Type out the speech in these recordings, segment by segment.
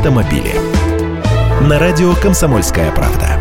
автомобили. На радио «Комсомольская правда».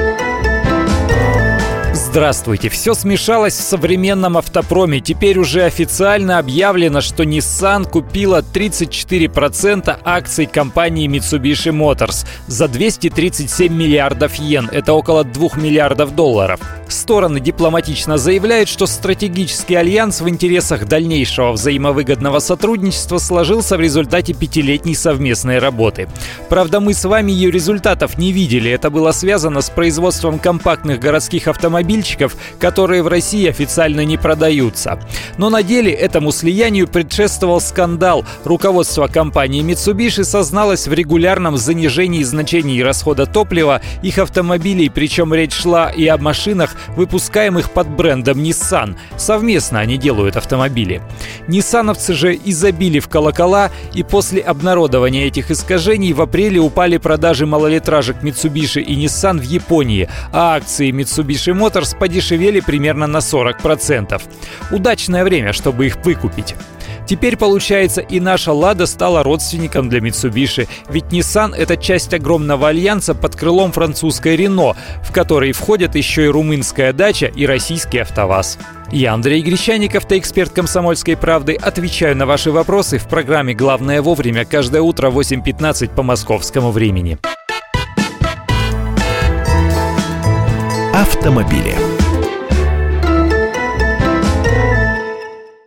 Здравствуйте. Все смешалось в современном автопроме. Теперь уже официально объявлено, что Nissan купила 34% акций компании Mitsubishi Motors за 237 миллиардов йен. Это около 2 миллиардов долларов. Стороны дипломатично заявляют, что стратегический альянс в интересах дальнейшего взаимовыгодного сотрудничества сложился в результате 5-летней совместной работы. Правда, мы с вами ее результатов не видели. Это было связано с производством компактных городских автомобильчиков, которые в России официально не продаются. Но на деле этому слиянию предшествовал скандал. Руководство компании Mitsubishi созналось в регулярном занижении значений расхода топлива их автомобилей, причем речь шла и о машинах, выпускаемых под брендом Nissan. Совместно они делают автомобили. Ниссановцы же изобили в колокола, и после обнародования этих искажений в апреле упали продажи малолитражек Mitsubishi и Nissan в Японии, а акции Mitsubishi Motors подешевели примерно на 40%. Удачное время, чтобы их выкупить. Теперь, получается, и наша «Лада» стала родственником для Mitsubishi, ведь Nissan — это часть огромного альянса под крылом французской Renault, в который входят еще и румынская «Дача» и российский «АвтоВАЗ». Я, Андрей Гречанников, автоэксперт «Комсомольской правды», отвечаю на ваши вопросы в программе «Главное вовремя» каждое утро в 8:15 по московскому времени. Автомобили.